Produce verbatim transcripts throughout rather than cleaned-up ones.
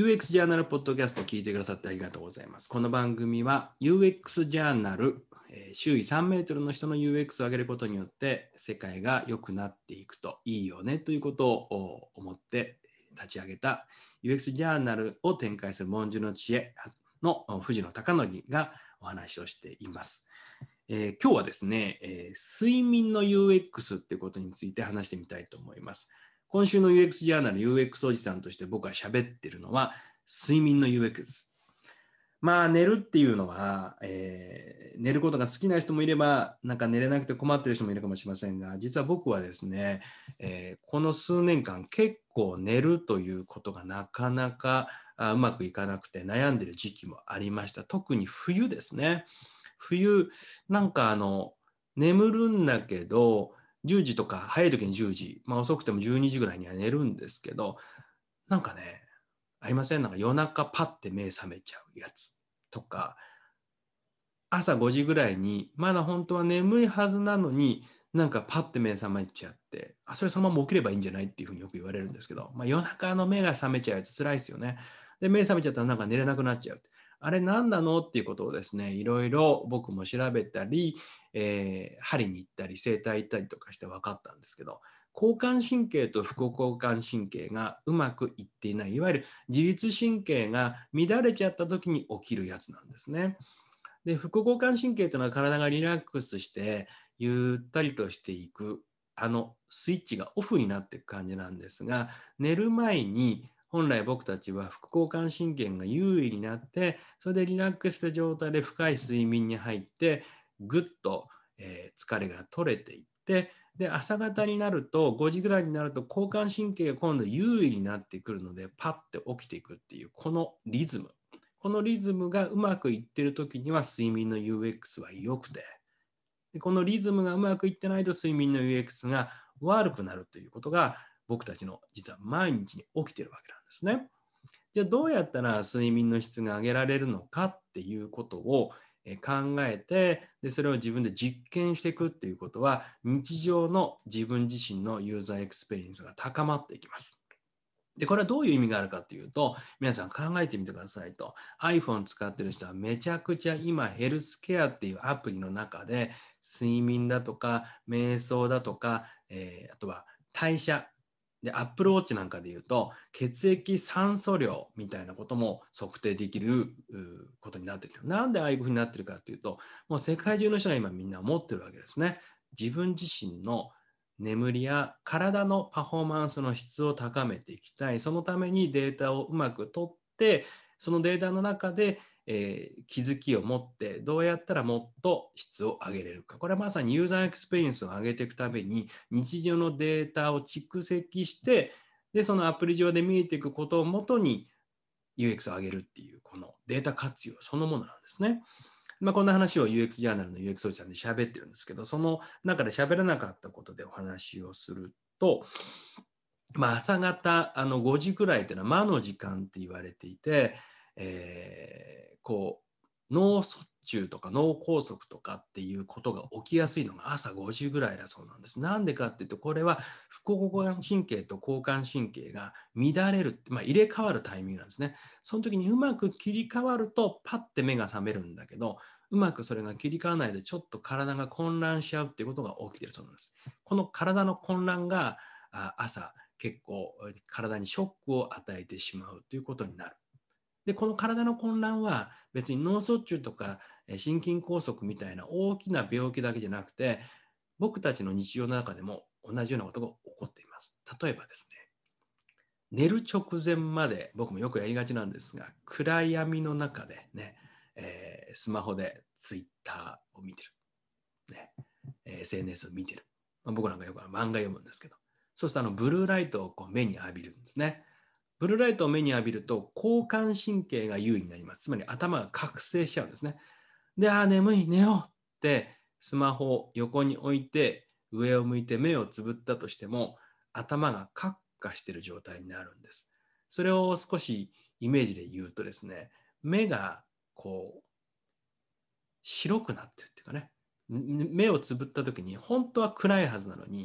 ユーエックス ジャーナルポッドキャストを聞いてくださってありがとうございます。この番組は ユーエックス ジャーナル、えー、周囲さんメートルの人の ユーエックス を上げることによって世界が良くなっていくといいよねということを思って立ち上げた ユーエックス ジャーナルを展開する文殊の知恵の藤野貴則がお話をしています。えー、今日はですね、えー、睡眠の ユーエックス っていうことについて話してみたいと思います。今週の ユーエックス ジャーナル ユーエックス おじさんとして僕が喋ってるのは睡眠の ユーエックス です。まあ寝るっていうのは、えー、寝ることが好きな人もいればなんか寝れなくて困ってる人もいるかもしれませんが、実は僕はですね、えー、この数年間結構寝るということがなかなかうまくいかなくて悩んでる時期もありました。特に冬ですね。冬なんかあの眠るんだけどじゅうじとか早い時にじゅうじ、まあ遅くてもじゅうにじぐらいには寝るんですけど、なんかね、ありません？なんか夜中パッて目覚めちゃうやつとか、朝ごじぐらいにまだ本当は眠いはずなのに、なんかパッて目覚めちゃって、あ、それそのまま起きればいいんじゃないっていうふうによく言われるんですけど、まあ夜中の目が覚めちゃうやつ辛いですよね。で、目覚めちゃったらなんか寝れなくなっちゃう。あれ何なのっていうことをですね、いろいろ僕も調べたり、えー、針に行ったり整体行ったりとかして分かったんですけど、交感神経と副交感神経がうまくいっていない、いわゆる自律神経が乱れちゃった時に起きるやつなんですね。で、副交感神経というのは体がリラックスしてゆったりとしていく、あのスイッチがオフになっていく感じなんですが、寝る前に本来僕たちは副交感神経が優位になって、それでリラックスした状態で深い睡眠に入って、ぐっと、えー、疲れが取れていって、で、朝方になると、ごじぐらいになると交感神経が今度優位になってくるので、パッて起きていくっていう、このリズム。このリズムがうまくいっているときには睡眠の ユーエックス は良くて、でこのリズムがうまくいってないと睡眠の ユーエックス が悪くなるということが僕たちの実は毎日に起きているわけなんですね。じゃあどうやったら睡眠の質が上げられるのかっていうことを考えて、でそれを自分で実験していくっていうことは、日常の自分自身のユーザーエクスペリエンスが高まっていきます。で、これはどういう意味があるかというと、皆さん考えてみてくださいと。iPhone 使ってる人はめちゃくちゃ今ヘルスケアっていうアプリの中で睡眠だとか瞑想だとか、えー、あとは代謝で Apple Watch なんかで言うと血液酸素量みたいなことも測定できることになっている。なんでああいうふうになってるかというと、もう世界中の人が今みんな思ってるわけですね。自分自身の眠りや体のパフォーマンスの質を高めていきたい。そのためにデータをうまく取って、そのデータの中で、えー、気づきを持ってどうやったらもっと質を上げれるか。これはまさにユーザーエクスペリエンスを上げていくために日常のデータを蓄積して、でそのアプリ上で見えていくことをもとに ユーエックス を上げるっていうこのデータ活用そのものなんですね。まあ、こんな話を ユーエックス ジャーナルの ユーエックス おじさんで喋ってるんですけど、その中で喋らなかったことでお話をすると、まあ、朝方あのごじくらいっていうのは魔の時間って言われていて、えー、こう脳卒中とか脳梗塞とかっていうことが起きやすいのが朝ごじぐらいだそうなんです。なんでかっていうと、これは副交感神経と交感神経が乱れる、まあ、入れ替わるタイミングなんですね。その時にうまく切り替わるとパッて目が覚めるんだけど、うまくそれが切り替わらないでちょっと体が混乱しちゃうっていうことが起きているそうなんです。この体の混乱が朝結構体にショックを与えてしまうということになる。で、この体の混乱は別に脳卒中とか心筋梗塞みたいな大きな病気だけじゃなくて、僕たちの日常の中でも同じようなことが起こっています。例えばですね、寝る直前まで僕もよくやりがちなんですが、暗闇の中でね、えー、スマホでツイッターを見てる、ね、エスエヌエス を見てる。まあ、僕なんかよく漫画読むんですけど、そうするとあのブルーライトをこう目に浴びるんですね。ブルーライトを目に浴びると交感神経が優位になります。つまり頭が覚醒しちゃうんですね。で、あー眠い、寝ようってスマホを横に置いて上を向いて目をつぶったとしても頭がカッカしている状態になるんです。それを少しイメージで言うとですね、目がこう白くなってるっていうかね、目をつぶった時に本当は暗いはずなのに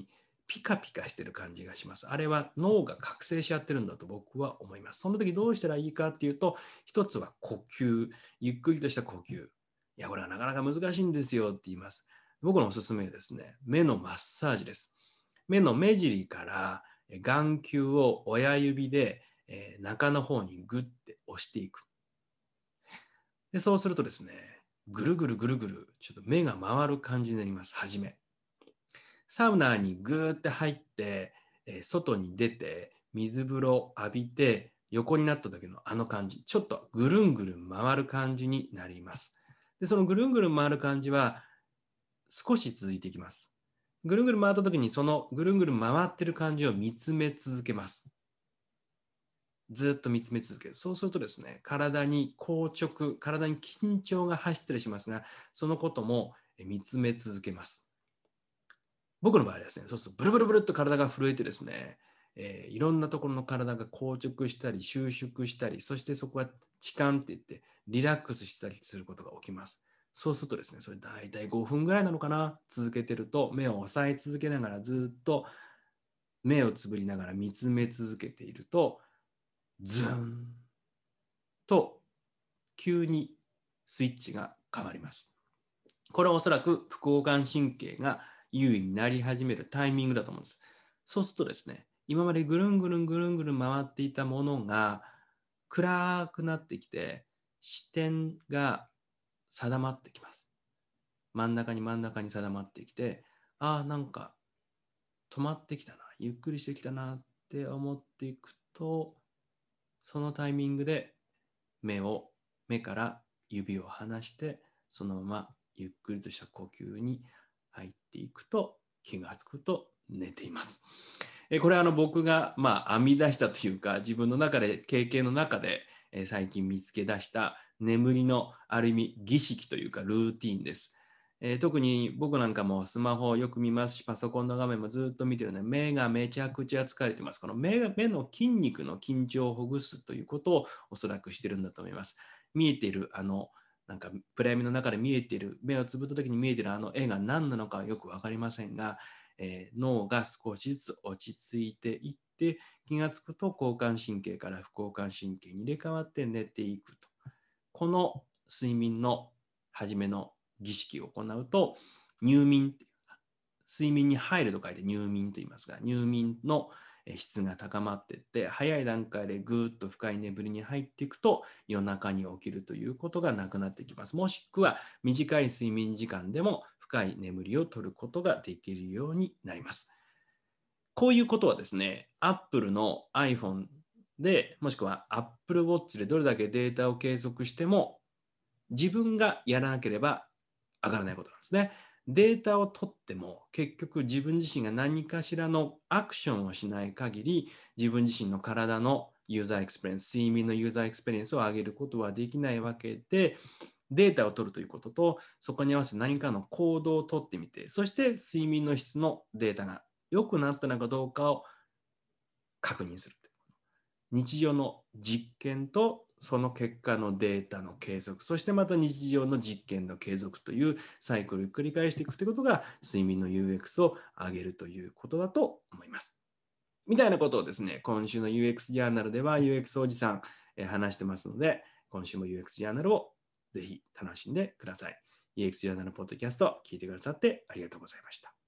ピカピカしてる感じがします。あれは脳が覚醒し合ってるんだと僕は思います。その時どうしたらいいかっていうと、一つは呼吸、ゆっくりとした呼吸。いや、これはなかなか難しいんですよって言います。僕のおすすめはですね、目のマッサージです。目の目尻から眼球を親指でえー中の方にグッて押していく。で、そうするとですね、ぐるぐるぐるぐる、ちょっと目が回る感じになります、はじめ。サウナにぐーって入って、えー外に出て、水風呂浴びて、横になった時のあの感じ、ちょっとぐるんぐるん回る感じになります。で、そのぐるんぐるん回る感じは少し続いていきます。ぐるんぐるん回った時にそのぐるんぐるん回ってる感じを見つめ続けます。ずっと見つめ続ける。そうするとですね、体に硬直、体に緊張が走ったりしますが、そのことも見つめ続けます。僕の場合はですね、そうするとブルブルブルっと体が震えてですね、えーいろんなところの体が硬直したり収縮したり、そしてそこが痴漢って言ってリラックスしたりすることが起きます。そうするとですね、それ大体ごふんぐらいなのかな、続けてると目を押さえ続けながらずっと目をつぶりながら見つめ続けていると、ズーンと急にスイッチが変わります。これはおそらく副交感神経が優位になり始めるタイミングだと思うんです。そうするとですね、今までぐるんぐるんぐるんぐるん回っていたものが暗くなってきて、視点が定まってきます。真ん中に真ん中に定まってきて、ああ、なんか止まってきたな、ゆっくりしてきたなって思っていくと、そのタイミングで目を、目から指を離して、そのままゆっくりとした呼吸に入っていくと、気がつくと寝ています。えこれはあの僕がまあ編み出したというか、自分の中で、経験の中で、え最近見つけ出した眠りのある意味儀式というかルーティンです。えー特に僕なんかもスマホをよく見ますし、パソコンの画面もずっと見てるので、目がめちゃくちゃ疲れてます。この目が目の筋肉の緊張をほぐすということをおそらくしてるんだと思います。見えているあの、なんか暗闇の中で見えている、目をつぶった時に見えているあの絵が何なのかはよくわかりませんが、えー脳が少しずつ落ち着いていって、気がつくと交感神経から副交感神経に入れ替わって寝ていくと。この睡眠の初めの儀式を行うと、入眠、睡眠に入ると書いて入眠と言いますが、入眠の質が高まっていって、早い段階でぐーっと深い眠りに入っていくと、夜中に起きるということがなくなってきます。もしくは、短い睡眠時間でも深い眠りを取ることができるようになります。こういうことはですね、Apple の iPhone で、もしくは Apple Watch でどれだけデータを計測しても、自分がやらなければ上がらないことなんですね。データを取っても結局自分自身が何かしらのアクションをしない限り、自分自身の体のユーザーエクスペリエンス、睡眠のユーザーエクスペリエンスを上げることはできないわけで、データを取るということと、そこに合わせて何かの行動を取ってみて、そして睡眠の質のデータが良くなったのかどうかを確認する。日常の実験とその結果のデータの継続、そしてまた日常の実験の継続というサイクルを繰り返していくということが睡眠の ユーエックス を上げるということだと思います。みたいなことをですね、今週の ユーエックス ジャーナルでは ユーエックス おじさん、えー話してますので、今週も ユーエックス ジャーナルをぜひ楽しんでください。ユーエックス ジャーナルポッドキャスト聞いてくださってありがとうございました。